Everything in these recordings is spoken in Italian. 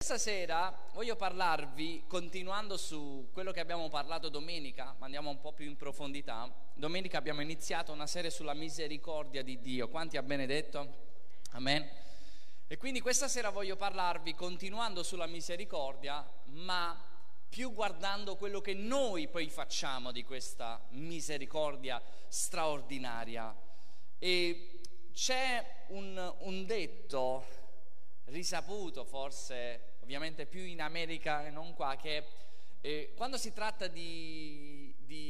Questa sera voglio parlarvi, continuando su quello che abbiamo parlato domenica, ma andiamo un po' più in profondità. Domenica abbiamo iniziato una serie sulla misericordia di Dio. Quanti ha benedetto? Amen. E quindi questa sera voglio parlarvi, continuando sulla misericordia, ma più guardando quello che noi poi facciamo di questa misericordia straordinaria. E c'è un detto risaputo, forse ovviamente più in America e non qua, che quando si tratta di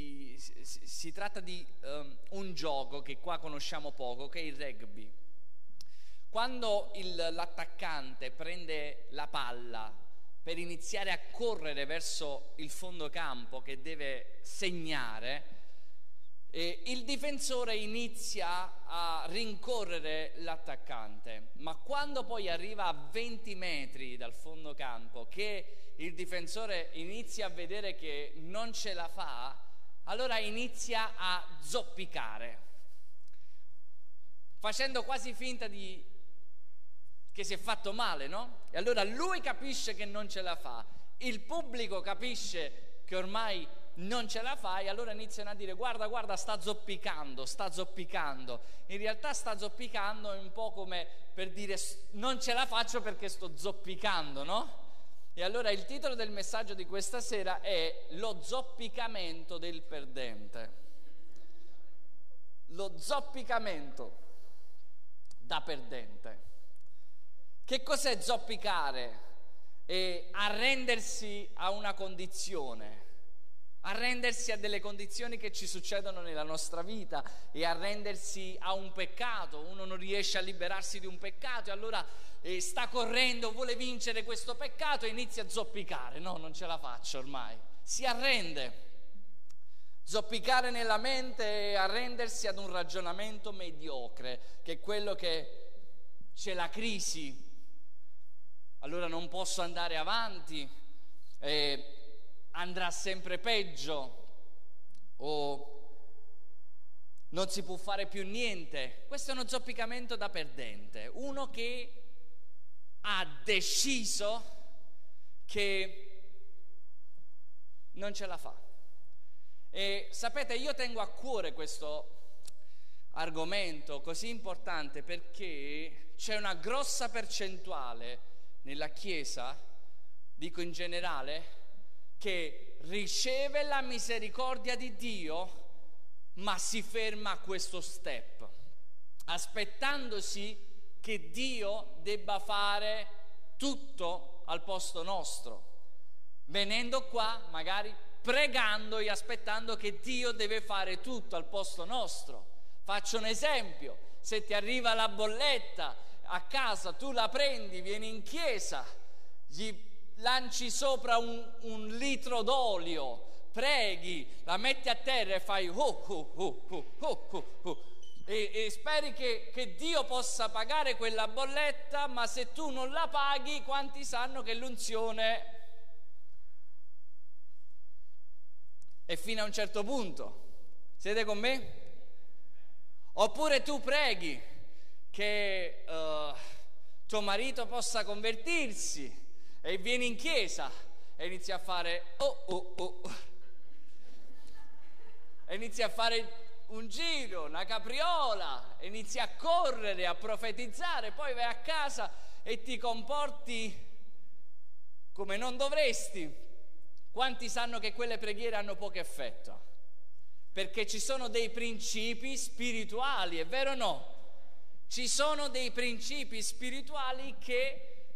un gioco che qua conosciamo poco, che è il rugby, quando l'attaccante prende la palla per iniziare a correre verso il fondo campo che deve segnare, il difensore inizia a rincorrere l'attaccante, ma quando poi arriva a 20 metri dal fondo campo, che il difensore inizia a vedere che non ce la fa, allora inizia a zoppicare, facendo quasi finta che si è fatto male, no? E allora lui capisce che non ce la fa, il pubblico capisce che ormai non ce la fai, allora iniziano a dire guarda, sta zoppicando. In realtà sta zoppicando è un po' come per dire non ce la faccio perché sto zoppicando, no? E allora il titolo del messaggio di questa sera è lo zoppicamento del perdente. Lo zoppicamento da perdente. Che cos'è zoppicare? È arrendersi a una condizione, arrendersi a delle condizioni che ci succedono nella nostra vita e arrendersi a un peccato. Uno non riesce a liberarsi di un peccato e allora sta correndo, vuole vincere questo peccato e inizia a zoppicare. No, non ce la faccio ormai. Si arrende. Zoppicare nella mente è arrendersi ad un ragionamento mediocre, che è quello che c'è la crisi, allora non posso andare avanti, andrà sempre peggio, o non si può fare più niente. Questo è uno zoppicamento da perdente, uno che ha deciso che non ce la fa. E sapete, io tengo a cuore questo argomento così importante perché c'è una grossa percentuale nella Chiesa, dico in generale, che riceve la misericordia di Dio ma si ferma a questo step, aspettandosi che Dio debba fare tutto al posto nostro, venendo qua magari pregando e aspettando che Dio deve fare tutto al posto nostro. Faccio un esempio: se ti arriva la bolletta a casa, tu la prendi, vieni in chiesa, gli lanci sopra un litro d'olio, preghi, la metti a terra e fai e speri che Dio possa pagare quella bolletta, ma se tu non la paghi, quanti sanno che l'unzione è fino a un certo punto? Siete con me? Oppure tu preghi che tuo marito possa convertirsi e vieni in chiesa e inizi a fare e inizi a fare un giro, una capriola, e inizi a correre, a profetizzare, poi vai a casa e ti comporti come non dovresti. Quanti sanno che quelle preghiere hanno poco effetto? Perché ci sono dei principi spirituali, è vero o no? Ci sono dei principi spirituali che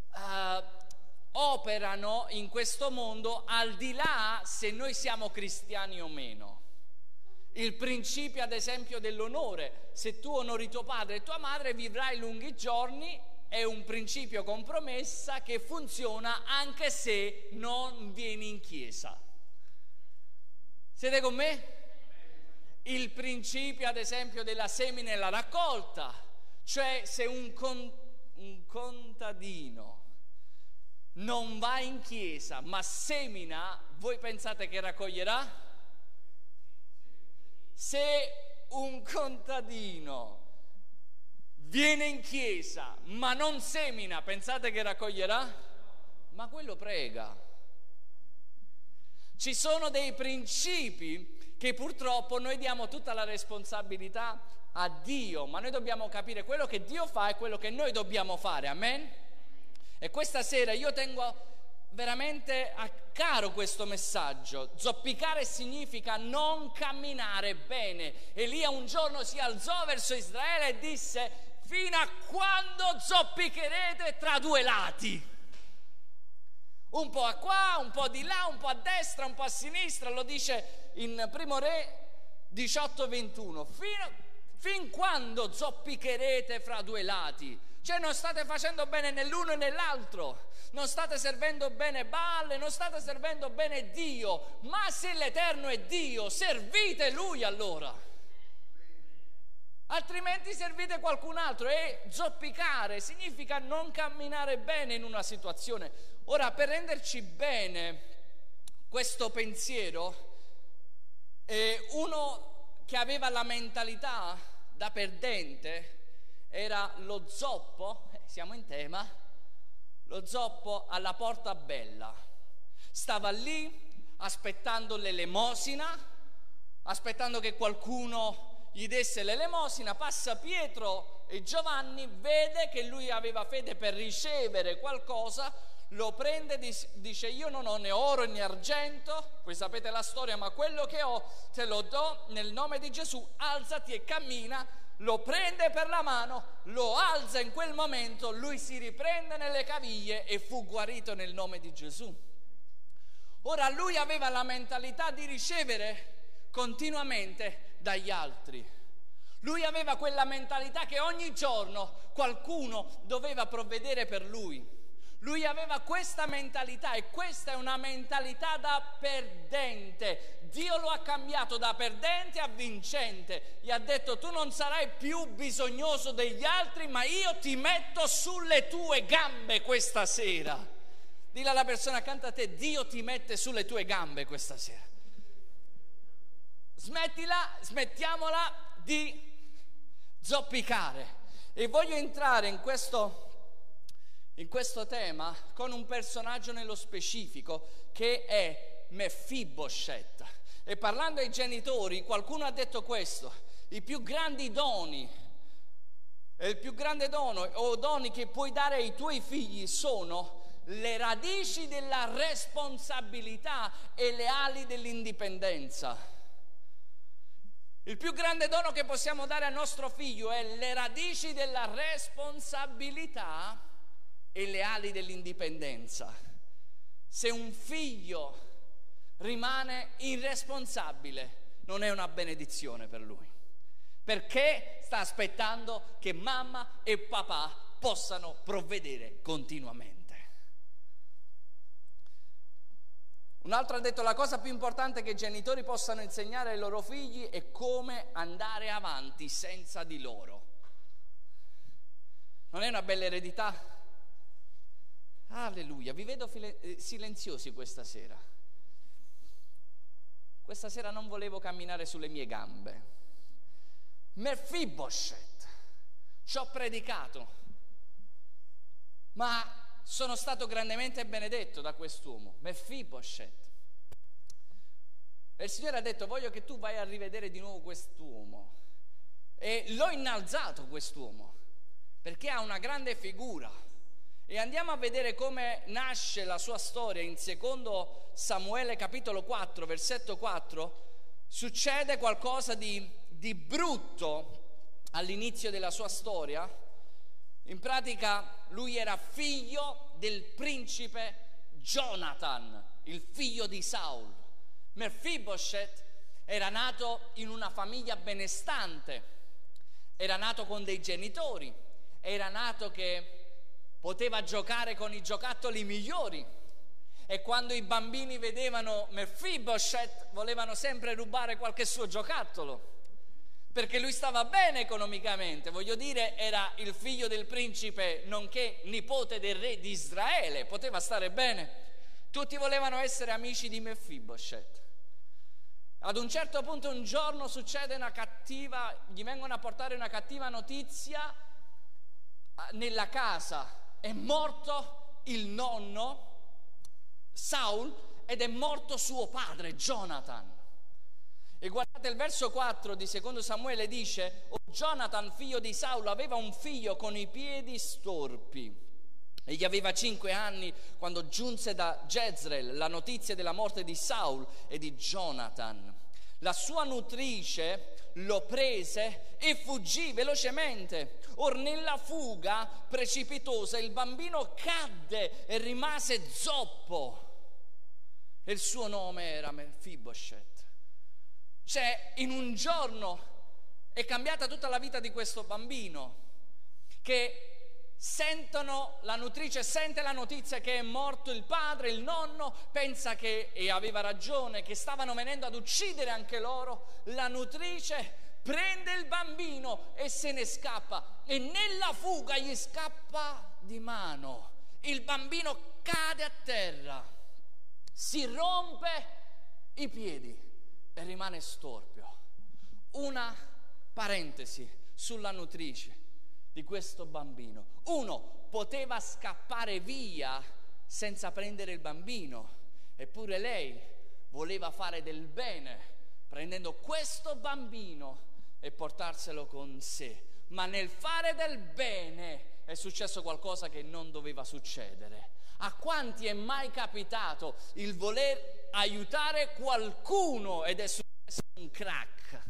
operano in questo mondo al di là se noi siamo cristiani o meno. Il principio, ad esempio, dell'onore: se tu onori tuo padre e tua madre vivrai lunghi giorni, è un principio con promessa che funziona anche se non vieni in chiesa. Siete con me? Il principio, ad esempio, della semina e la raccolta, cioè se un contadino non va in chiesa ma semina, voi pensate che raccoglierà? Se un contadino viene in chiesa ma non semina, pensate che raccoglierà? ma quello prega. Ci sono dei principi che purtroppo noi diamo tutta la responsabilità a Dio, ma noi dobbiamo capire quello che Dio fa e quello che noi dobbiamo fare, amen? E questa sera io tengo veramente a caro questo messaggio. Zoppicare significa non camminare bene. Elia un giorno si alzò verso Israele e disse: fino a quando zoppicherete tra due lati? Un po' a qua, un po' di là, un po' a destra, un po' a sinistra. Lo dice in Primo Re 18:21. Fin quando zoppicherete fra due lati? Cioè non state facendo bene né l'uno né l'altro, non state servendo bene Baal, non state servendo bene Dio. Ma se l'Eterno è Dio, servite Lui allora, altrimenti servite qualcun altro. E zoppicare significa non camminare bene in una situazione. Ora, per renderci bene questo pensiero, uno che aveva la mentalità da perdente era lo zoppo, siamo in tema, lo zoppo alla porta bella. Stava lì aspettando l'elemosina, aspettando che qualcuno gli desse l'elemosina. Passa Pietro e Giovanni, vede che lui aveva fede per ricevere qualcosa, lo prende e dice: io non ho né oro né argento, voi sapete la storia, ma quello che ho te lo do nel nome di Gesù, alzati e cammina. Lo prende per la mano, lo alza. In quel momento lui si riprende nelle caviglie e fu guarito nel nome di Gesù. Ora lui aveva la mentalità di ricevere continuamente dagli altri. Lui aveva quella mentalità che ogni giorno qualcuno doveva provvedere per lui. Lui aveva questa mentalità, e questa è una mentalità da perdente. Dio lo ha cambiato da perdente a vincente. Gli ha detto: tu non sarai più bisognoso degli altri, ma io ti metto sulle tue gambe questa sera. Dilla alla persona accanto a te: Dio ti mette sulle tue gambe questa sera. Smettiamola di zoppicare. E voglio entrare in questo tema con un personaggio nello specifico, che è Mefiboshet. E parlando ai genitori, qualcuno ha detto questo: i più grandi doni, il più grande dono o doni che puoi dare ai tuoi figli sono le radici della responsabilità e le ali dell'indipendenza. Il più grande dono che possiamo dare al nostro figlio è le radici della responsabilità e le ali dell'indipendenza. Se un figlio rimane irresponsabile, non è una benedizione per lui, perché sta aspettando che mamma e papà possano provvedere continuamente. Un altro ha detto: la cosa più importante che i genitori possano insegnare ai loro figli è come andare avanti senza di loro. Non è una bella eredità? Alleluia, vi vedo silenziosi questa sera. Questa sera non volevo camminare sulle mie gambe. Mefiboshet, ci ho predicato, ma sono stato grandemente benedetto da quest'uomo, Mefiboshet. E il Signore ha detto: voglio che tu vai a rivedere di nuovo quest'uomo. E l'ho innalzato quest'uomo, perché ha una grande figura. E andiamo a vedere come nasce la sua storia in secondo Samuele capitolo 4 versetto 4. Succede qualcosa di brutto all'inizio della sua storia. In pratica lui era figlio del principe Jonathan, il figlio di Saul. Mefiboshet era nato in una famiglia benestante, era nato con dei genitori, era nato che poteva giocare con i giocattoli migliori, e quando i bambini vedevano Mefiboshet volevano sempre rubare qualche suo giocattolo, perché lui stava bene economicamente. Voglio dire, era il figlio del principe nonché nipote del re di Israele, poteva stare bene. Tutti volevano essere amici di Mefiboshet. Ad un certo punto un giorno succede gli vengono a portare una cattiva notizia nella casa. È morto il nonno Saul ed è morto suo padre Jonathan. E guardate il verso 4 di secondo Samuele dice: Jonathan, figlio di Saul, aveva un figlio con i piedi storpi. Egli aveva 5 anni quando giunse da Jezreel la notizia della morte di Saul e di Jonathan. La sua nutrice lo prese e fuggì velocemente. Or nella fuga precipitosa il bambino cadde e rimase zoppo. E il suo nome era Mefiboshet. Cioè, in un giorno è cambiata tutta la vita di questo bambino, che la nutrice sente la notizia che è morto il padre, il nonno, pensa che, e aveva ragione, che stavano venendo ad uccidere anche loro. La nutrice prende il bambino e se ne scappa, e nella fuga gli scappa di mano. Il bambino cade a terra, si rompe i piedi e rimane storpio. Una parentesi sulla nutrice di questo bambino. Uno poteva scappare via senza prendere il bambino, eppure lei voleva fare del bene prendendo questo bambino e portarselo con sé. Ma nel fare del bene è successo qualcosa che non doveva succedere. A quanti è mai capitato il voler aiutare qualcuno ed è successo un crack?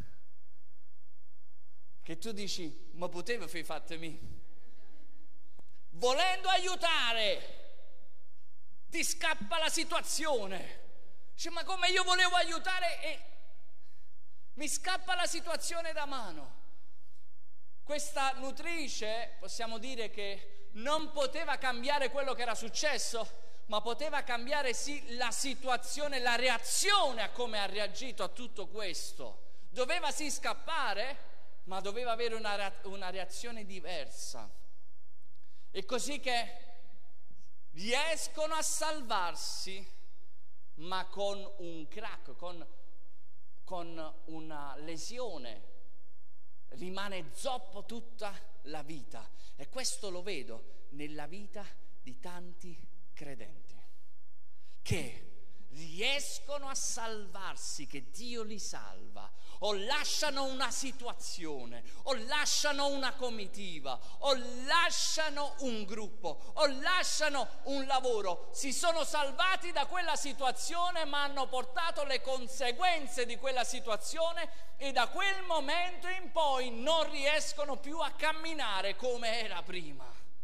Che tu dici: ma potevo fare fatemi? Volendo aiutare ti scappa la situazione. Dici: ma come, io volevo aiutare e mi scappa la situazione da mano. Questa nutrice, possiamo dire che non poteva cambiare quello che era successo, ma poteva cambiare sì la situazione, la reazione a come ha reagito a tutto questo. Doveva sì scappare, ma doveva avere una reazione diversa. E così che riescono a salvarsi, ma con un crack, con una lesione. Rimane zoppo tutta la vita. E questo lo vedo nella vita di tanti credenti che riescono a salvarsi, che Dio li salva, o lasciano una situazione, o lasciano una comitiva, o lasciano un gruppo, o lasciano un lavoro. Si sono salvati da quella situazione, ma hanno portato le conseguenze di quella situazione, e da quel momento in poi non riescono più a camminare come era prima.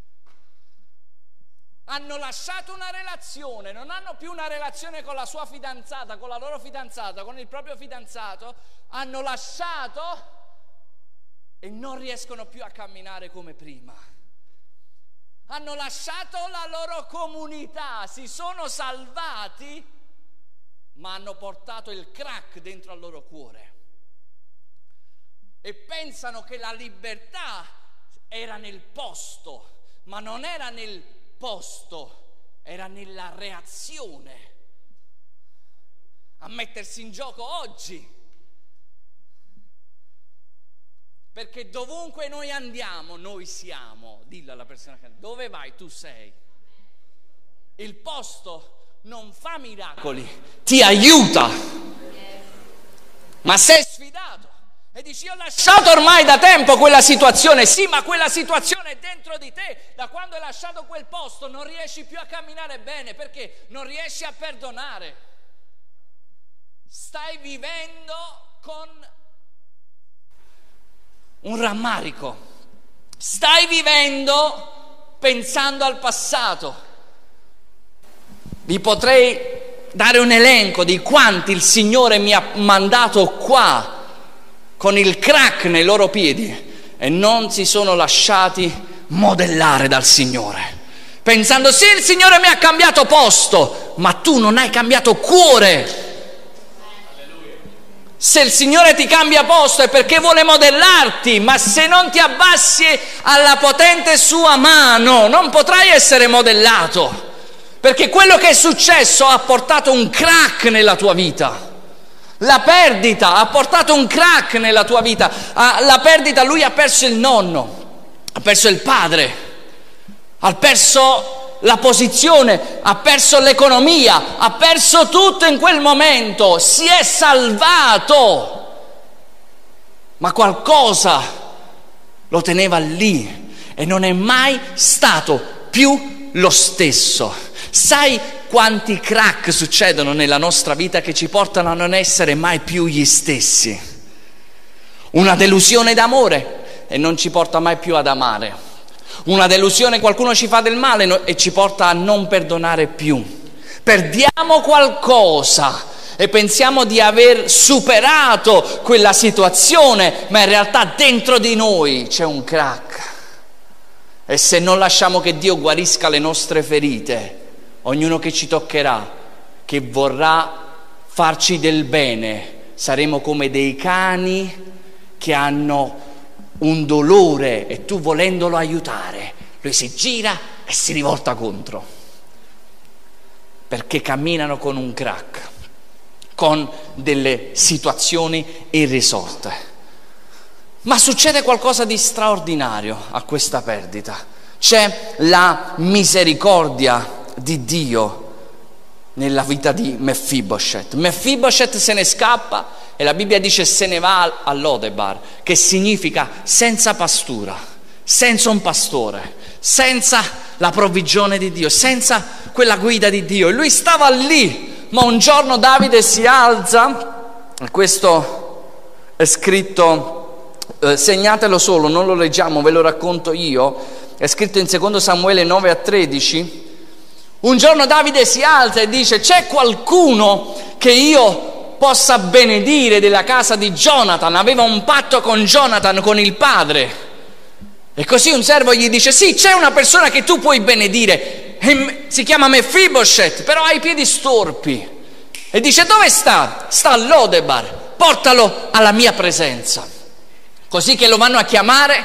Hanno lasciato una relazione, non hanno più una relazione con la sua fidanzata, con la loro fidanzata, con il proprio fidanzato. Hanno lasciato e non riescono più a camminare come prima. Hanno lasciato la loro comunità, si sono salvati, ma hanno portato il crack dentro al loro cuore. E pensano che la libertà era nel posto, ma non era nel posto, era nella reazione a mettersi in gioco oggi. Perché dovunque noi andiamo, noi siamo. Dillo alla persona che dove vai tu sei. Il posto non fa miracoli, ti aiuta. Ma sei sfidato e dici: io ho lasciato ormai da tempo quella situazione. Sì, ma quella situazione è dentro di te. Da quando hai lasciato quel posto non riesci più a camminare bene, perché non riesci a perdonare. Stai vivendo con un rammarico, stai vivendo pensando al passato. Vi potrei dare un elenco di quanti il Signore mi ha mandato qua con il crack nei loro piedi e non si sono lasciati modellare dal Signore, pensando: sì, il Signore mi ha cambiato posto, ma tu non hai cambiato cuore. Se il Signore ti cambia posto è perché vuole modellarti, ma se non ti abbassi alla potente sua mano non potrai essere modellato, perché quello che è successo ha portato un crack nella tua vita. La perdita ha portato un crack nella tua vita. La perdita, lui ha perso il nonno, ha perso il padre, ha perso la posizione, ha perso l'economia, ha perso tutto in quel momento, si è salvato, ma qualcosa lo teneva lì e non è mai stato più lo stesso. Sai quanti crack succedono nella nostra vita che ci portano a non essere mai più gli stessi? Una delusione d'amore e non ci porta mai più ad amare. Una delusione, qualcuno ci fa del male e ci porta a non perdonare più. Perdiamo qualcosa e pensiamo di aver superato quella situazione, ma in realtà dentro di noi c'è un crack. E se non lasciamo che Dio guarisca le nostre ferite, ognuno che ci toccherà, che vorrà farci del bene, saremo come dei cani che hanno un dolore e tu volendolo aiutare, lui si gira e si rivolta contro, perché camminano con un crack, con delle situazioni irrisolte. Ma succede qualcosa di straordinario a questa perdita. C'è la misericordia di Dio nella vita di Mefiboshet. Mefiboshet se ne scappa e la Bibbia dice se ne va a Lodebar, che significa senza pastura, senza un pastore, senza la provvigione di Dio, senza quella guida di Dio. E lui stava lì, ma un giorno Davide si alza, e questo è scritto, segnatelo solo, non lo leggiamo, ve lo racconto io, è scritto in 2 Samuele 9-13. Un giorno Davide si alza e dice: c'è qualcuno che io possa benedire della casa di Jonathan? Aveva un patto con Jonathan, con il padre, e così un servo gli dice: sì, c'è una persona che tu puoi benedire, si chiama Mefiboshet, però ha i piedi storpi. E dice: dove sta? Sta a Lodebar, portalo alla mia presenza. Così che lo vanno a chiamare,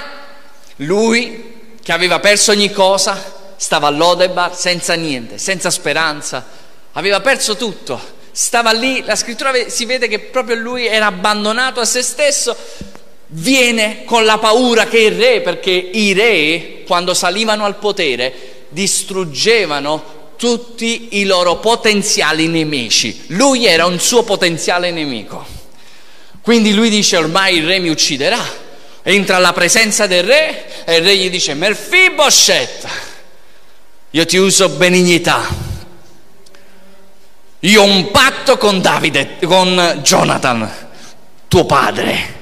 lui che aveva perso ogni cosa stava a Lodebar senza niente, senza speranza, aveva perso tutto, stava lì. La scrittura si vede che proprio lui era abbandonato a se stesso. Viene con la paura che il re, perché i re quando salivano al potere distruggevano tutti i loro potenziali nemici, lui era un suo potenziale nemico. Quindi lui dice: ormai il re mi ucciderà. Entra alla presenza del re e il re gli dice: Mefiboshet, io ti uso benignità, io ho un patto con Davide, con Jonathan, tuo padre,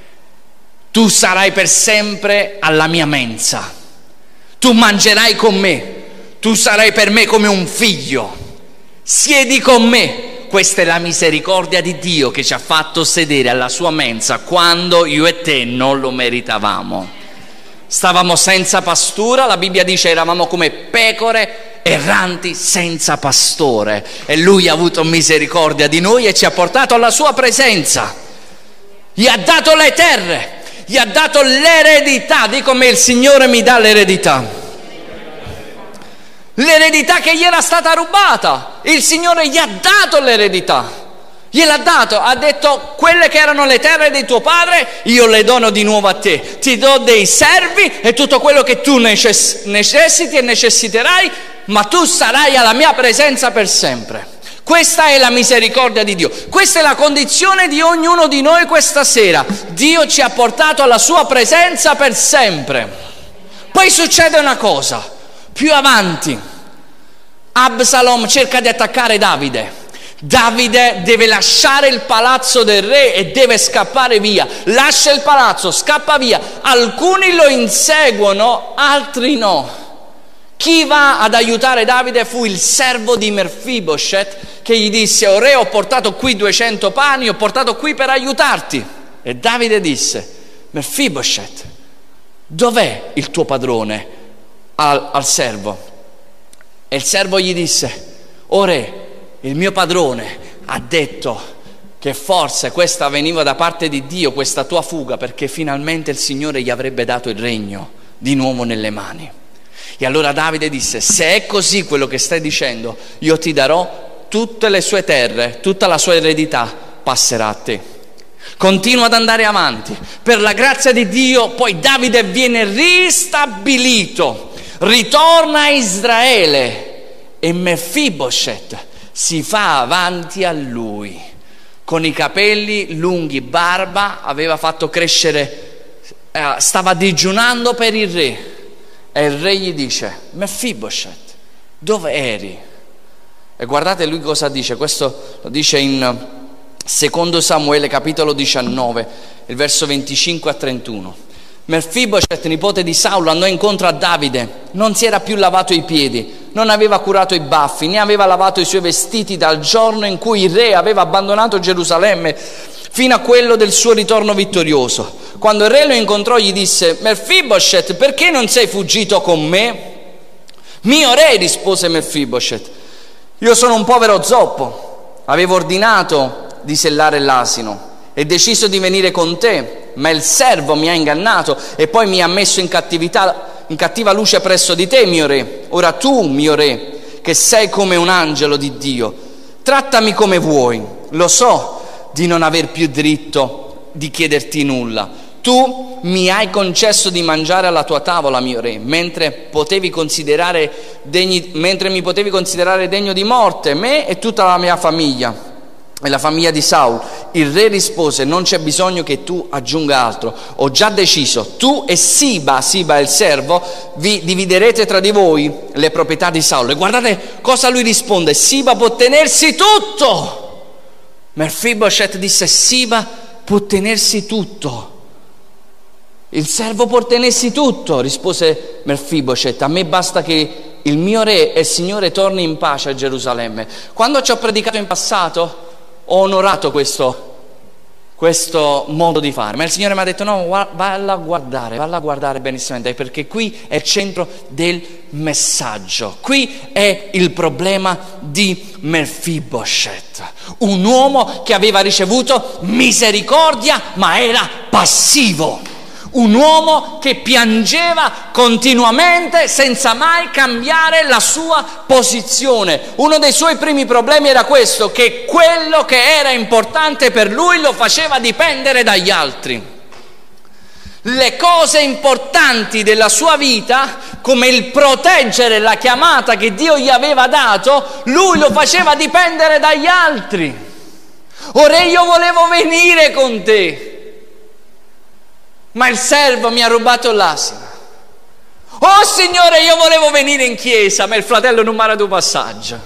tu sarai per sempre alla mia mensa, tu mangerai con me, tu sarai per me come un figlio, siedi con me. Questa è la misericordia di Dio che ci ha fatto sedere alla sua mensa quando io e te non lo meritavamo. Stavamo senza pastura, la Bibbia dice eravamo come pecore erranti senza pastore, e lui ha avuto misericordia di noi e ci ha portato alla sua presenza. Gli ha dato le terre, gli ha dato l'eredità. Dico me: il Signore mi dà l'eredità. L'eredità che gli era stata rubata, il Signore gli ha dato l'eredità, gliel'ha dato, ha detto: quelle che erano le terre di tuo padre io le dono di nuovo a te, ti do dei servi e tutto quello che tu necessiti e necessiterai, ma tu sarai alla mia presenza per sempre. Questa è la misericordia di Dio, questa è la condizione di ognuno di noi questa sera. Dio ci ha portato alla sua presenza per sempre. Poi succede una cosa. Più avanti Absalom cerca di attaccare Davide. Davide deve lasciare il palazzo del re e deve scappare via. Lascia il palazzo, scappa via. Alcuni lo inseguono, altri no. Chi va ad aiutare Davide fu il servo di Mefiboshet, che gli disse: o re, ho portato qui 200 pani, ho portato qui per aiutarti. E Davide disse: Mefiboshet, dov'è il tuo padrone? Al servo. E il servo gli disse: o re, il mio padrone ha detto che forse questa veniva da parte di Dio, questa tua fuga, perché finalmente il Signore gli avrebbe dato il regno di nuovo nelle mani. E allora Davide disse: se è così quello che stai dicendo, io ti darò tutte le sue terre, tutta la sua eredità passerà a te. Continua ad andare avanti. Per la grazia di Dio poi Davide viene ristabilito. ritorna a Israele e Mefiboshet si fa avanti a lui, con i capelli lunghi, barba, aveva fatto crescere, stava digiunando per il re, e il re gli dice: Mefiboshet, dove eri? E guardate lui cosa dice, questo lo dice in secondo Samuele capitolo 19, il verso 25 a 31. Mefiboshet, nipote di Saulo, andò incontro a Davide, non si era più lavato i piedi, non aveva curato i baffi, né aveva lavato i suoi vestiti dal giorno in cui il re aveva abbandonato Gerusalemme fino a quello del suo ritorno vittorioso. Quando il re lo incontrò gli disse: Mefiboshet, perché non sei fuggito con me? Mio re, rispose Mefiboshet, io sono un povero zoppo, avevo ordinato di sellare l'asino e deciso di venire con te, ma il servo mi ha ingannato e poi mi ha messo in cattiva luce presso di te, mio re. Ora tu, mio re, che sei come un angelo di Dio, trattami come vuoi. Lo so di non aver più diritto di chiederti nulla. Tu mi hai concesso di mangiare alla tua tavola, mio re, mentre mi potevi considerare degno di morte, me e tutta la mia famiglia e la famiglia di Saul. Il re rispose: non c'è bisogno che tu aggiunga altro, ho già deciso, tu e Siba è il servo, vi dividerete tra di voi le proprietà di Saul. E guardate cosa lui risponde: Siba può tenersi tutto. Mefiboshet disse: Siba può tenersi tutto. Il servo può tenersi tutto, rispose Mefiboshet, a me basta che il mio re e il Signore torni in pace a Gerusalemme. Quando ci ho predicato in passato ho onorato questo modo di fare, ma il Signore mi ha detto: no, valla a guardare benissimamente, perché qui è il centro del messaggio, qui è il problema di Mefiboshet, un uomo che aveva ricevuto misericordia ma era passivo, un uomo che piangeva continuamente senza mai cambiare la sua posizione. Uno dei suoi primi problemi era questo, che quello che era importante per lui lo faceva dipendere dagli altri. Le cose importanti della sua vita, come il proteggere la chiamata che Dio gli aveva dato, lui lo faceva dipendere dagli altri. Ora io volevo venire con te, ma il servo mi ha rubato l'asino. Oh Signore, io volevo venire in chiesa, ma il fratello non mi ha dato passaggio.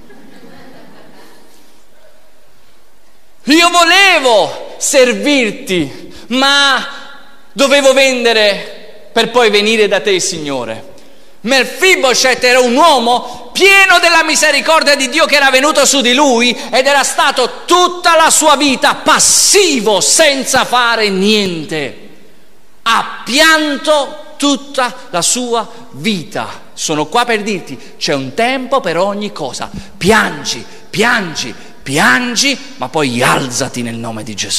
Io volevo servirti, ma dovevo vendere per poi venire da te, Signore. Mefiboshet era un uomo pieno della misericordia di Dio che era venuto su di lui ed era stato tutta la sua vita passivo senza fare niente. Ha pianto tutta la sua vita. Sono qua per dirti: c'è un tempo per ogni cosa. Piangi, ma poi alzati nel nome di Gesù.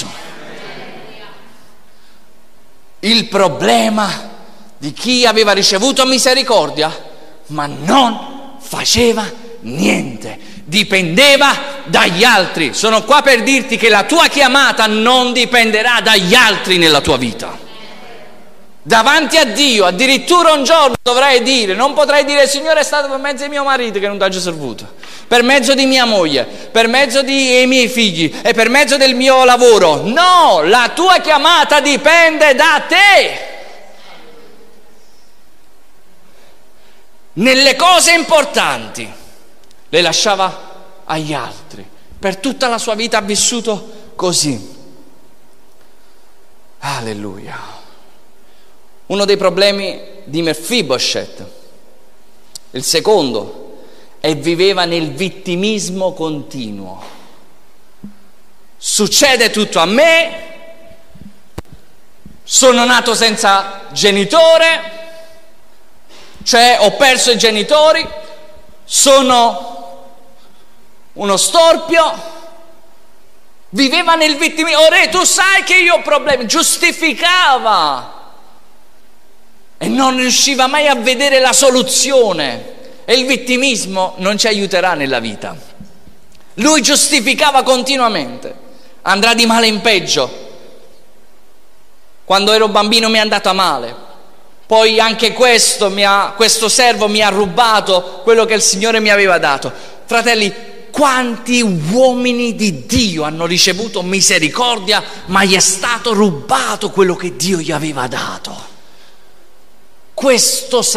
Il problema di chi aveva ricevuto misericordia ma non faceva niente, dipendeva dagli altri. Sono qua per dirti che la tua chiamata non dipenderà dagli altri nella tua vita. Davanti a Dio, addirittura un giorno dovrai dire, non potrai dire: Signore, è stato per mezzo di mio marito che non ti ha servito, per mezzo di mia moglie, per mezzo dei miei figli e per mezzo del mio lavoro. No, la tua chiamata dipende da te. Nelle cose importanti le lasciava agli altri. Per tutta la sua vita ha vissuto così. Alleluia. Uno dei problemi di Mefiboshet, il secondo, è viveva nel vittimismo continuo. Succede tutto a me, sono nato senza genitore, cioè ho perso i genitori, sono uno storpio. Viveva nel vittimismo. Ora tu sai che io ho problemi, giustificava e non riusciva mai a vedere la soluzione, e il vittimismo non ci aiuterà nella vita. Lui giustificava continuamente: andrà di male in peggio, quando ero bambino mi è andata male, Poi anche questo servo mi ha rubato quello che il Signore mi aveva dato. Fratelli, quanti uomini di Dio hanno ricevuto misericordia, ma gli è stato rubato quello che Dio gli aveva dato. Questo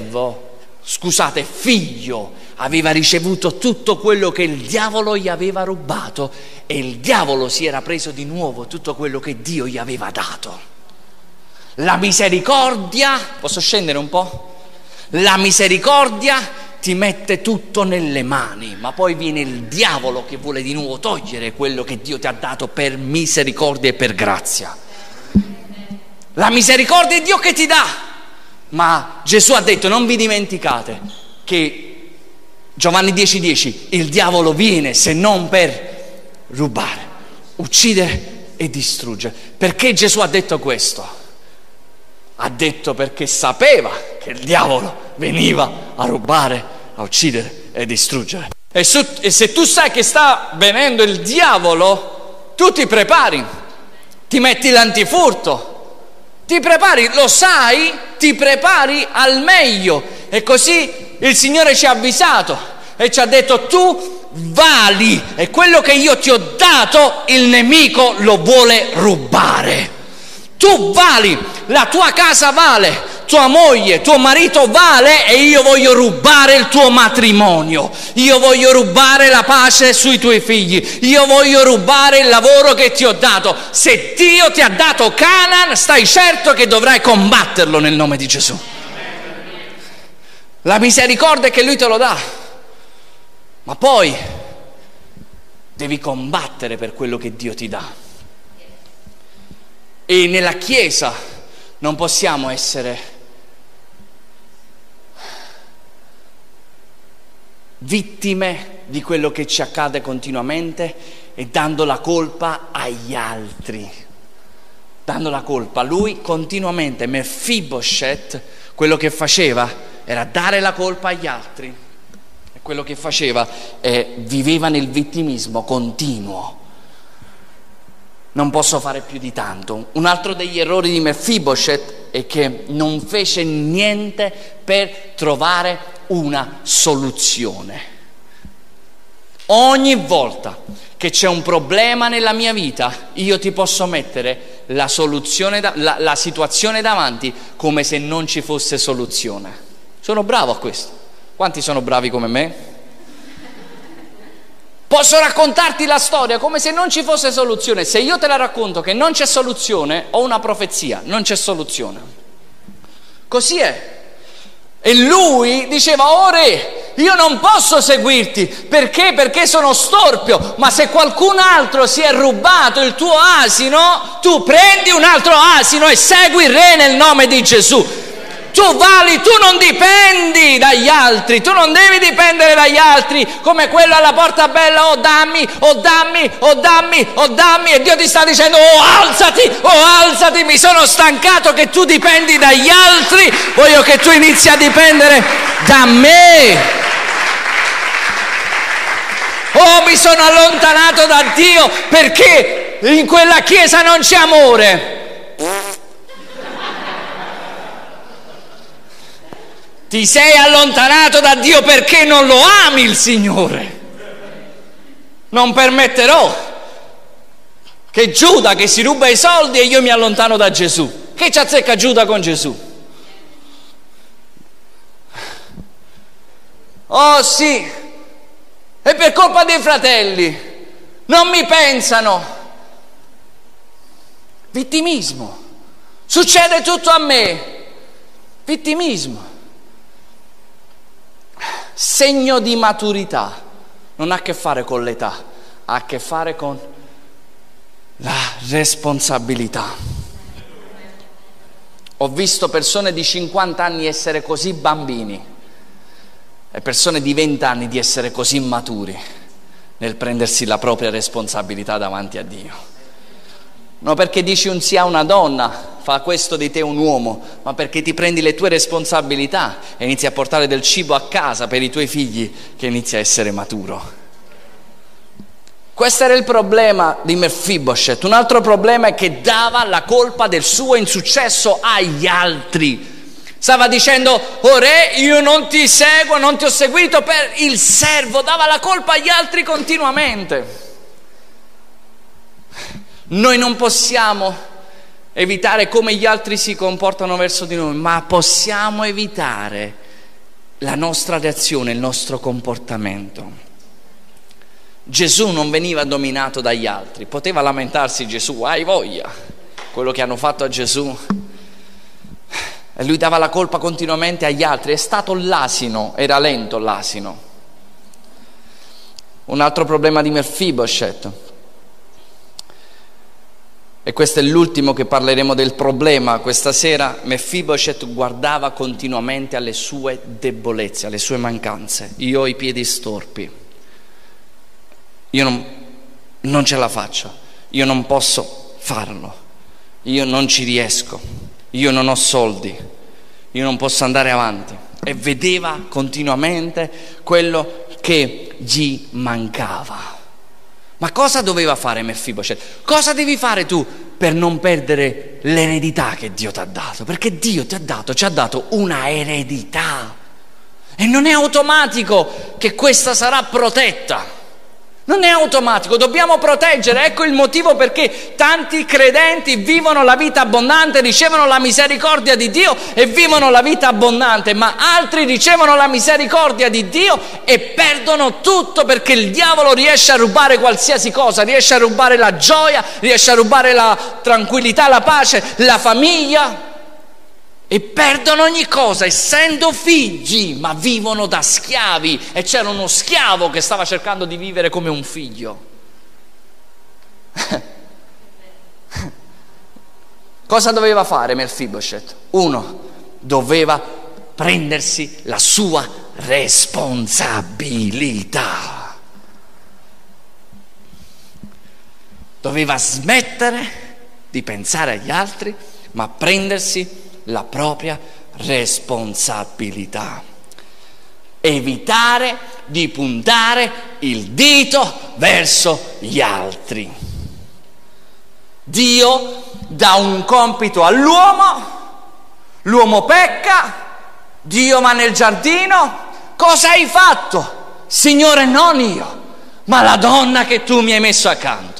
figlio, aveva ricevuto tutto quello che il diavolo gli aveva rubato e il diavolo si era preso di nuovo tutto quello che Dio gli aveva dato. La misericordia, posso scendere un po'? La misericordia ti mette tutto nelle mani, ma poi viene il diavolo che vuole di nuovo togliere quello che Dio ti ha dato per misericordia e per grazia. La misericordia è Dio che ti dà, ma Gesù ha detto: non vi dimenticate che Giovanni 10:10, il diavolo viene se non per rubare, uccidere e distruggere. Perché Gesù ha detto questo? Ha detto perché sapeva che il diavolo veniva a rubare, a uccidere e distruggere. E se tu sai che sta venendo il diavolo, tu ti prepari, ti metti l'antifurto, ti prepari, lo sai, ti prepari al meglio. E così il Signore ci ha avvisato e ci ha detto: tu vali, e quello che io ti ho dato il nemico lo vuole rubare. Tu vali, la tua casa vale, tua moglie, tuo marito vale, e io voglio rubare il tuo matrimonio, io voglio rubare la pace sui tuoi figli, io voglio rubare il lavoro che ti ho dato. Se Dio ti ha dato Canaan, stai certo che dovrai combatterlo nel nome di Gesù. La misericordia è che Lui te lo dà, ma poi devi combattere per quello che Dio ti dà. E nella Chiesa non possiamo essere vittime di quello che ci accade continuamente e dando la colpa agli altri. Dando la colpa. Lui continuamente, Mefiboshet, quello che faceva era dare la colpa agli altri. E quello che faceva viveva nel vittimismo continuo. Non posso fare più di tanto. Un altro degli errori di Mefiboshet è che non fece niente per trovare una soluzione. Ogni volta che c'è un problema nella mia vita, io ti posso mettere la situazione davanti come se non ci fosse soluzione. Sono bravo a questo. Quanti sono bravi come me? Posso raccontarti la storia come se non ci fosse soluzione. Se io te la racconto che non c'è soluzione, ho una profezia: non c'è soluzione. Così è. E lui diceva: oh re, io non posso seguirti, perché sono storpio, ma se qualcun altro si è rubato il tuo asino, tu prendi un altro asino e segui il re nel nome di Gesù. Tu vali, tu non dipendi dagli altri, tu non devi dipendere dagli altri come quello alla porta bella: oh dammi, oh dammi, oh dammi, oh dammi. E Dio ti sta dicendo: oh alzati, mi sono stancato che tu dipendi dagli altri, voglio che tu inizi a dipendere da me. Oh, mi sono allontanato da Dio perché in quella chiesa non c'è amore. Ti sei allontanato da Dio perché non lo ami il Signore. Non permetterò che Giuda, che si ruba i soldi, e io mi allontano da Gesù. Che ci azzecca Giuda con Gesù? Oh sì, è per colpa dei fratelli, non mi pensano. Vittimismo. Succede tutto a me. Vittimismo. Segno di maturità. Non ha a che fare con l'età, ha a che fare con la responsabilità. Ho visto persone di 50 anni essere così bambini e persone di 20 anni di essere così maturi nel prendersi la propria responsabilità davanti a Dio. Non perché dici un sì a una donna fa questo di te un uomo, ma perché ti prendi le tue responsabilità e inizi a portare del cibo a casa per i tuoi figli, che inizi a essere maturo. Questo era il problema di Mefiboshet. Un altro problema è che dava la colpa del suo insuccesso agli altri. Stava dicendo: oh re, io non ti seguo, non ti ho seguito per il servo. Dava la colpa agli altri continuamente. Noi non possiamo evitare come gli altri si comportano verso di noi, ma possiamo evitare la nostra reazione, il nostro comportamento. Gesù non veniva dominato dagli altri. Poteva lamentarsi Gesù, hai voglia, quello che hanno fatto a Gesù. E lui dava la colpa continuamente agli altri. È stato l'asino, era lento l'asino. Un altro problema di Mefiboshet, e questo è l'ultimo che parleremo del problema questa sera. Mefiboshet guardava continuamente alle sue debolezze, alle sue mancanze. Io ho i piedi storpi, io non ce la faccio, io non posso farlo, io non ci riesco, io non ho soldi, io non posso andare avanti. E vedeva continuamente quello che gli mancava. Ma cosa doveva fare Mefiboshet? Cosa devi fare tu per non perdere l'eredità che Dio ti ha dato? Perché Dio ci ha dato una eredità, e non è automatico che questa sarà protetta. Non è automatico, dobbiamo proteggere. Ecco il motivo perché tanti credenti vivono la vita abbondante, ricevono la misericordia di Dio e vivono la vita abbondante, ma altri ricevono la misericordia di Dio e perdono tutto, perché il diavolo riesce a rubare qualsiasi cosa, riesce a rubare la gioia, riesce a rubare la tranquillità, la pace, la famiglia, e perdono ogni cosa essendo figli, ma vivono da schiavi. E c'era uno schiavo che stava cercando di vivere come un figlio. Cosa doveva fare Mefiboshet? Uno, doveva prendersi la sua responsabilità. Doveva smettere di pensare agli altri, ma prendersi la propria responsabilità. Evitare di puntare il dito verso gli altri. Dio dà un compito all'uomo, l'uomo pecca, Dio va nel giardino. Cosa hai fatto? Signore, non io, ma la donna che tu mi hai messo accanto.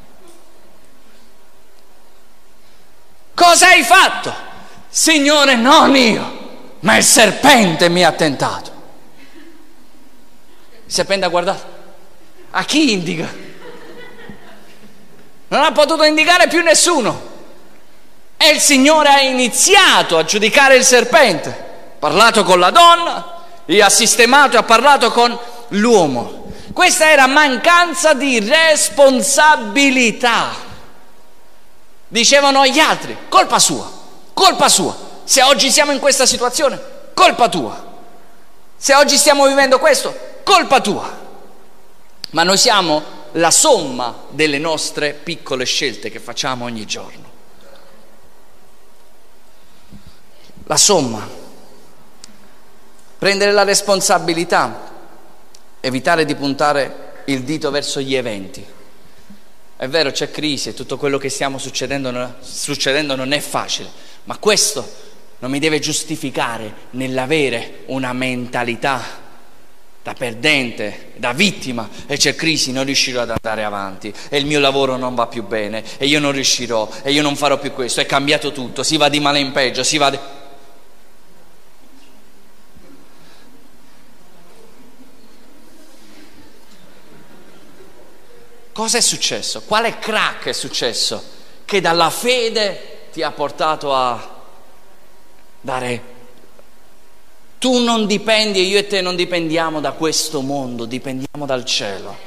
Cosa hai fatto? Signore, non io, ma il serpente mi ha tentato. Il serpente ha guardato. A chi indica? Non ha potuto indicare più nessuno. E il Signore ha iniziato a giudicare il serpente. Ha parlato con la donna, e ha sistemato e ha parlato con l'uomo. Questa era mancanza di responsabilità. Dicevano agli altri: colpa sua. Colpa sua. Se oggi siamo in questa situazione, colpa tua. Se oggi stiamo vivendo questo, colpa tua. Ma noi siamo la somma delle nostre piccole scelte che facciamo ogni giorno. La somma. Prendere la responsabilità, evitare di puntare il dito verso gli eventi. È vero, c'è crisi e tutto quello che stiamo succedendo non è facile. Ma questo non mi deve giustificare nell'avere una mentalità da perdente, da vittima. E c'è crisi, non riuscirò ad andare avanti, e il mio lavoro non va più bene, e io non riuscirò, e io non farò più questo, è cambiato tutto, si va di male in peggio, si va di... Cosa è successo? Quale crack è successo che dalla fede ti ha portato a dare? Tu non dipendi, e io e te non dipendiamo da questo mondo, dipendiamo dal cielo.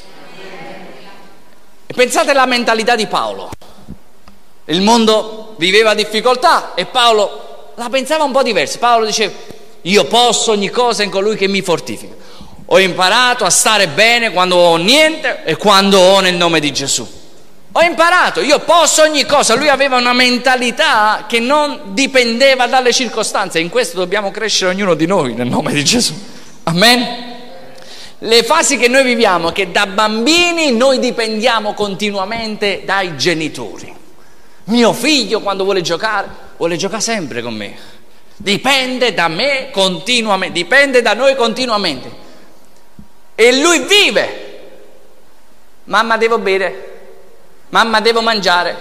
E pensate alla mentalità di Paolo. Il mondo viveva difficoltà e Paolo la pensava un po' diversa. Paolo diceva: io posso ogni cosa in colui che mi fortifica. Ho imparato a stare bene quando ho niente e quando ho nel nome di Gesù. Ho imparato, io posso ogni cosa. Lui aveva una mentalità che non dipendeva dalle circostanze. In questo dobbiamo crescere ognuno di noi nel nome di Gesù. Amen. Le fasi che noi viviamo, che da bambini noi dipendiamo continuamente dai genitori. Mio figlio quando vuole giocare sempre con me. Dipende da me continuamente, dipende da noi continuamente. E lui vive. Mamma, devo bere. Mamma, devo mangiare.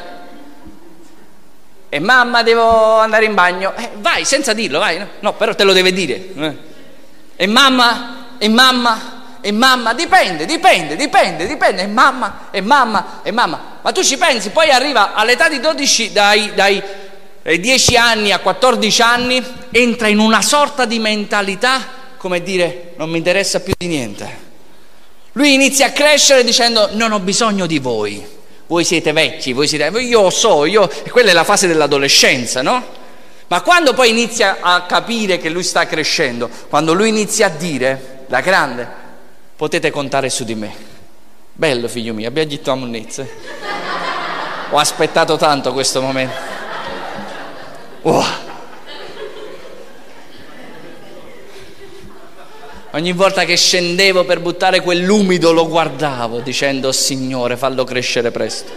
E mamma, devo andare in bagno. Vai, senza dirlo, vai. No, però te lo deve dire. E mamma, dipende. E mamma. Ma tu ci pensi, poi arriva all'età di 12, dai 10 anni a 14 anni, entra in una sorta di mentalità, come dire, non mi interessa più di niente. Lui inizia a crescere dicendo, non ho bisogno di voi siete vecchi, e quella è la fase dell'adolescenza, no? Ma quando poi inizia a capire che lui sta crescendo, quando lui inizia a dire, da grande, potete contare su di me. Bello, figlio mio, abbia detto a monnezze. Ho aspettato tanto questo momento. Ogni volta che scendevo per buttare quell'umido lo guardavo dicendo, Signore, fallo crescere presto.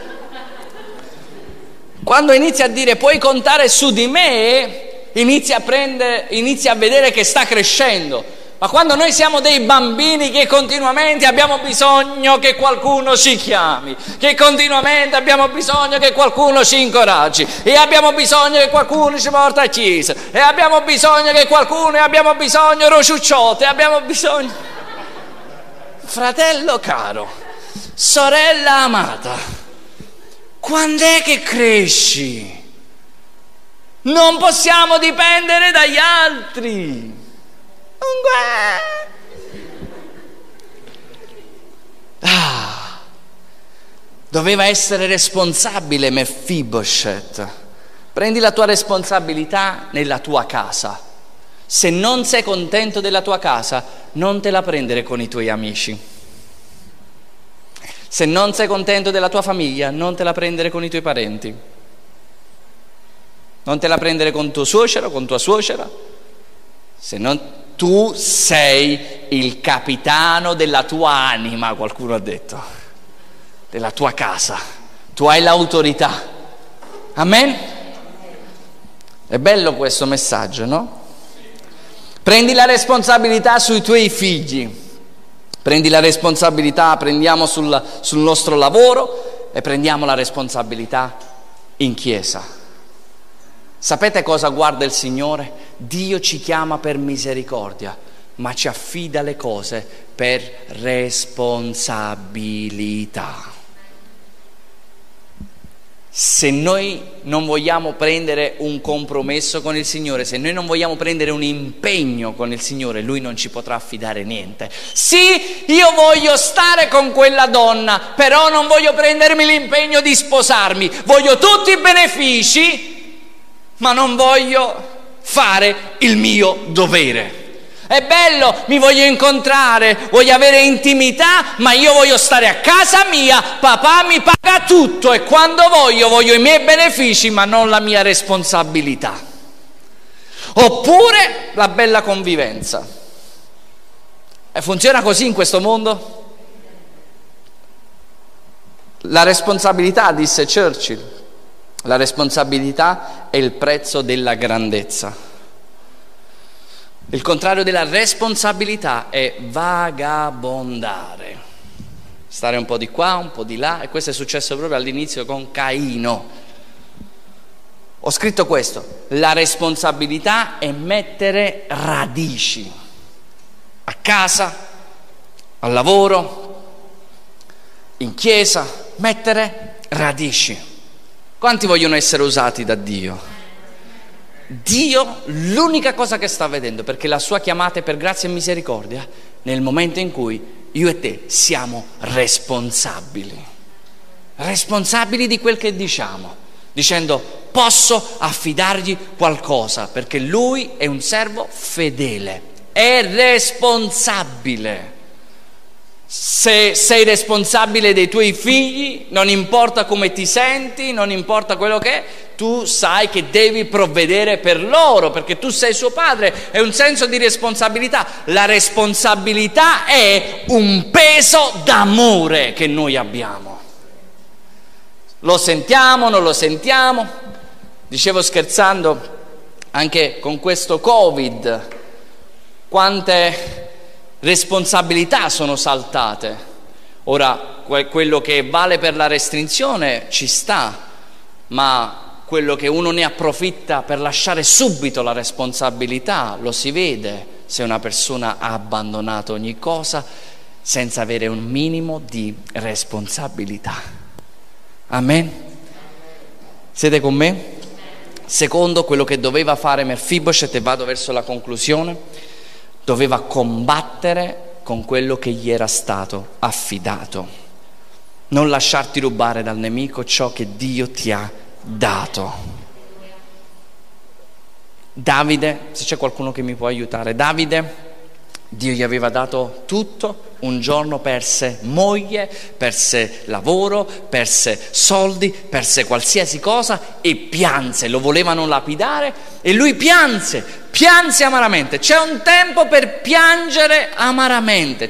Quando inizia a dire puoi contare su di me, inizia a vedere che sta crescendo. Ma quando noi siamo dei bambini che continuamente abbiamo bisogno che qualcuno ci chiami, che continuamente abbiamo bisogno che qualcuno ci incoraggi, e abbiamo bisogno che qualcuno ci porta a chiesa, e abbiamo bisogno rociucciotte, abbiamo bisogno... Fratello caro, sorella amata, quando è che cresci? Non possiamo dipendere dagli altri. Doveva essere responsabile Mefiboshet. Prendi la tua responsabilità nella tua casa. Se non sei contento della tua casa, non te la prendere con i tuoi amici. Se non sei contento della tua famiglia, non te la prendere con i tuoi parenti. Non te la prendere con tuo suocero, con tua suocera. Se non tu sei il capitano della tua anima, qualcuno ha detto, della tua casa. Tu hai l'autorità. Amen? È bello questo messaggio, no? Prendi la responsabilità sui tuoi figli. Prendi la responsabilità, prendiamo sul nostro lavoro e prendiamo la responsabilità in chiesa. Sapete cosa guarda il Signore? Dio ci chiama per misericordia, ma ci affida le cose per responsabilità. Se noi non vogliamo prendere un compromesso con il Signore, se noi non vogliamo prendere un impegno con il Signore, Lui non ci potrà affidare niente. Sì, io voglio stare con quella donna, però non voglio prendermi l'impegno di sposarmi. Voglio tutti i benefici, ma non voglio fare il mio dovere. È bello, mi voglio incontrare, voglio avere intimità, ma io voglio stare a casa mia, papà mi paga tutto e quando voglio i miei benefici, ma non la mia responsabilità. Oppure la bella convivenza. E funziona così in questo mondo? La responsabilità, disse Churchill, la responsabilità è il prezzo della grandezza. Il contrario della responsabilità è vagabondare, stare un po' di qua, un po' di là, e questo è successo proprio all'inizio con Caino. Ho scritto questo: la responsabilità è mettere radici a casa, al lavoro, in chiesa, mettere radici. Quanti vogliono essere usati da Dio? Dio l'unica cosa che sta vedendo, perché la sua chiamata è per grazia e misericordia, nel momento in cui io e te siamo responsabili di quel che diciamo, dicendo posso affidargli qualcosa, perché lui è un servo fedele, è responsabile. Se sei responsabile dei tuoi figli, non importa come ti senti, non importa quello che è, tu sai che devi provvedere per loro, perché tu sei suo padre, è un senso di responsabilità. La responsabilità è un peso d'amore che noi abbiamo. Lo sentiamo, non lo sentiamo. Dicevo scherzando Anche con questo Covid, quante responsabilità sono saltate. Ora, quello che vale per la restrizione ci sta, ma quello che uno ne approfitta per lasciare subito la responsabilità, lo si vede se una persona ha abbandonato ogni cosa senza avere un minimo di responsabilità. Amen? Siete con me? Secondo, quello che doveva fare Mefiboshet, e vado verso la conclusione, doveva combattere con quello che gli era stato affidato. Non lasciarti rubare dal nemico ciò che Dio ti ha dato. Davide, se c'è qualcuno che mi può aiutare, Davide, Dio gli aveva dato tutto, un giorno perse moglie, perse lavoro, perse soldi, perse qualsiasi cosa e pianse, lo volevano lapidare e lui pianse amaramente. C'è un tempo per piangere amaramente,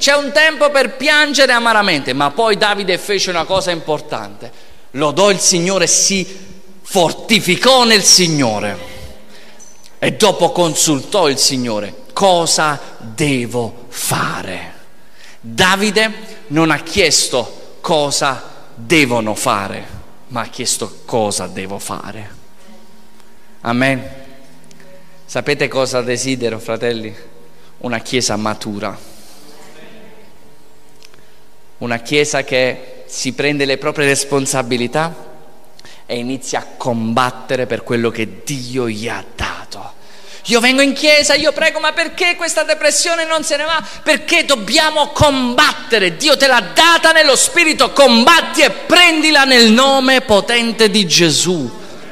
ma poi Davide fece una cosa importante, lodò il Signore, si fortificò nel Signore e dopo consultò il Signore. Cosa devo fare? Davide non ha chiesto cosa devono fare, ma ha chiesto cosa devo fare. Amen. Sapete cosa desidero, fratelli? Una chiesa matura, una chiesa che si prende le proprie responsabilità e inizia a combattere per quello che Dio gli ha dato. Io vengo in chiesa, io prego, ma perché questa depressione non se ne va? Perché dobbiamo combattere. Dio te l'ha data nello Spirito, combatti e prendila nel nome potente di Gesù.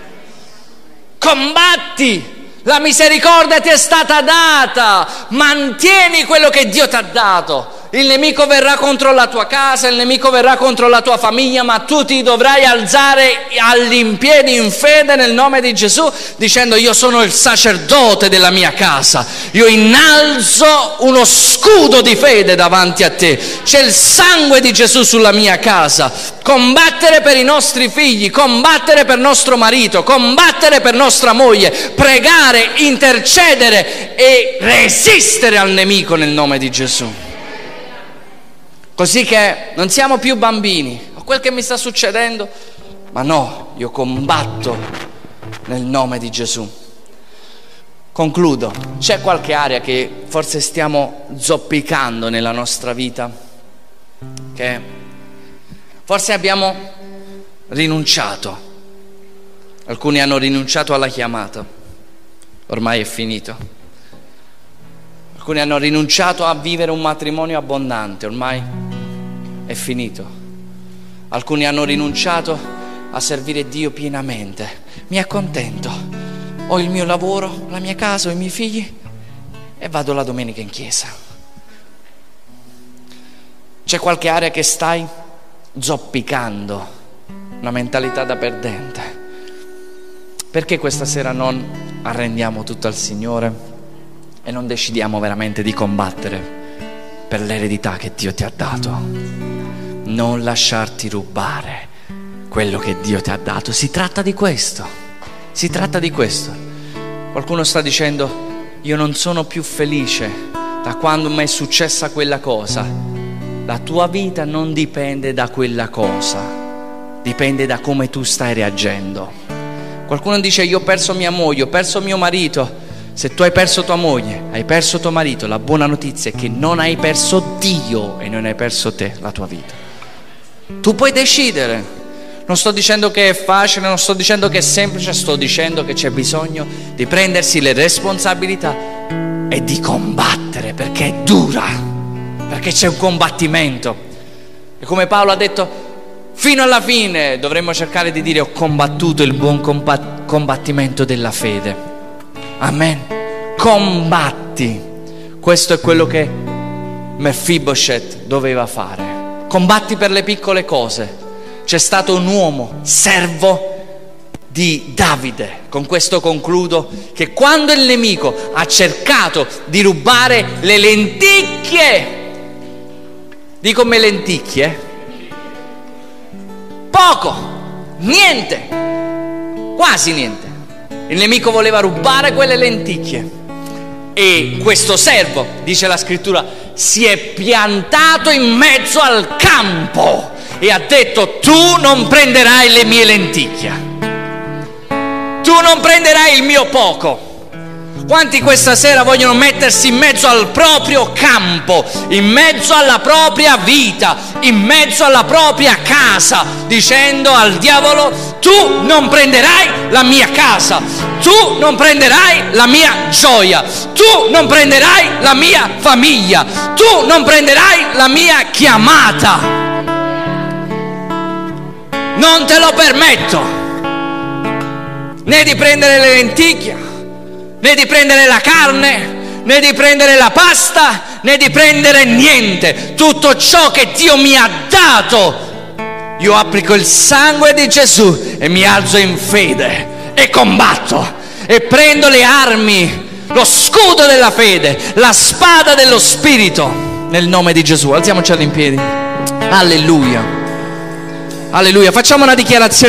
Combatti, la misericordia ti è stata data, mantieni quello che Dio ti ha dato. Il nemico verrà contro la tua casa, il nemico verrà contro la tua famiglia, ma tu ti dovrai alzare all'impiedi in fede nel nome di Gesù, dicendo: io sono il sacerdote della mia casa, io innalzo uno scudo di fede davanti a te, c'è il sangue di Gesù sulla mia casa. Combattere per i nostri figli, combattere per nostro marito, combattere per nostra moglie, pregare, intercedere e resistere al nemico nel nome di Gesù. Così che non siamo più bambini, ho quel che mi sta succedendo, ma no, io combatto nel nome di Gesù. Concludo, c'è qualche area che forse stiamo zoppicando nella nostra vita, che forse abbiamo rinunciato. Alcuni hanno rinunciato alla chiamata, ormai è finito. Alcuni hanno rinunciato a vivere un matrimonio abbondante, ormai è finito. Alcuni hanno rinunciato a servire Dio pienamente. Mi accontento, ho il mio lavoro, la mia casa, ho i miei figli e vado la domenica in chiesa. C'è qualche area che stai zoppicando, una mentalità da perdente. Perché questa sera non arrendiamo tutto al Signore e non decidiamo veramente di combattere per l'eredità che Dio ti ha dato? Non lasciarti rubare quello che Dio ti ha dato. Si tratta di questo, si tratta di questo. Qualcuno sta dicendo: io non sono più felice da quando mi è successa quella cosa. La tua vita non dipende da quella cosa, dipende da come tu stai reagendo. Qualcuno dice: io ho perso mia moglie, ho perso mio marito. Se tu hai perso tua moglie, hai perso tuo marito, la buona notizia è che non hai perso Dio e non hai perso te, la tua vita. Tu puoi decidere. Non sto dicendo che è facile, non sto dicendo che è semplice, sto dicendo che c'è bisogno di prendersi le responsabilità e di combattere, perché è dura, perché c'è un combattimento. E come Paolo ha detto, fino alla fine dovremmo cercare di dire: ho combattuto il buon combattimento della fede. Amen. Combatti. Questo è quello che Mefiboshet doveva fare. Combatti per le piccole cose. C'è stato un uomo, servo di Davide, con questo concludo, che quando il nemico ha cercato di rubare le lenticchie, dico me lenticchie, poco, niente, quasi niente, Il nemico voleva rubare quelle lenticchie e questo servo, dice la scrittura, si è piantato in mezzo al campo e ha detto: tu non prenderai le mie lenticchie, tu non prenderai il mio poco. Quanti questa sera vogliono mettersi in mezzo al proprio campo, in mezzo alla propria vita, in mezzo alla propria casa, dicendo al diavolo: tu non prenderai la mia casa, tu non prenderai la mia gioia, tu non prenderai la mia famiglia, tu non prenderai la mia chiamata. Non te lo permetto, né di prendere le lenticchie, né di prendere la carne, né di prendere la pasta, né di prendere niente. Tutto ciò che Dio mi ha dato, io applico il sangue di Gesù e mi alzo in fede e combatto e prendo le armi, lo scudo della fede, la spada dello Spirito, nel nome di Gesù. Alziamoci in piedi. Alleluia. Alleluia. Facciamo una dichiarazione.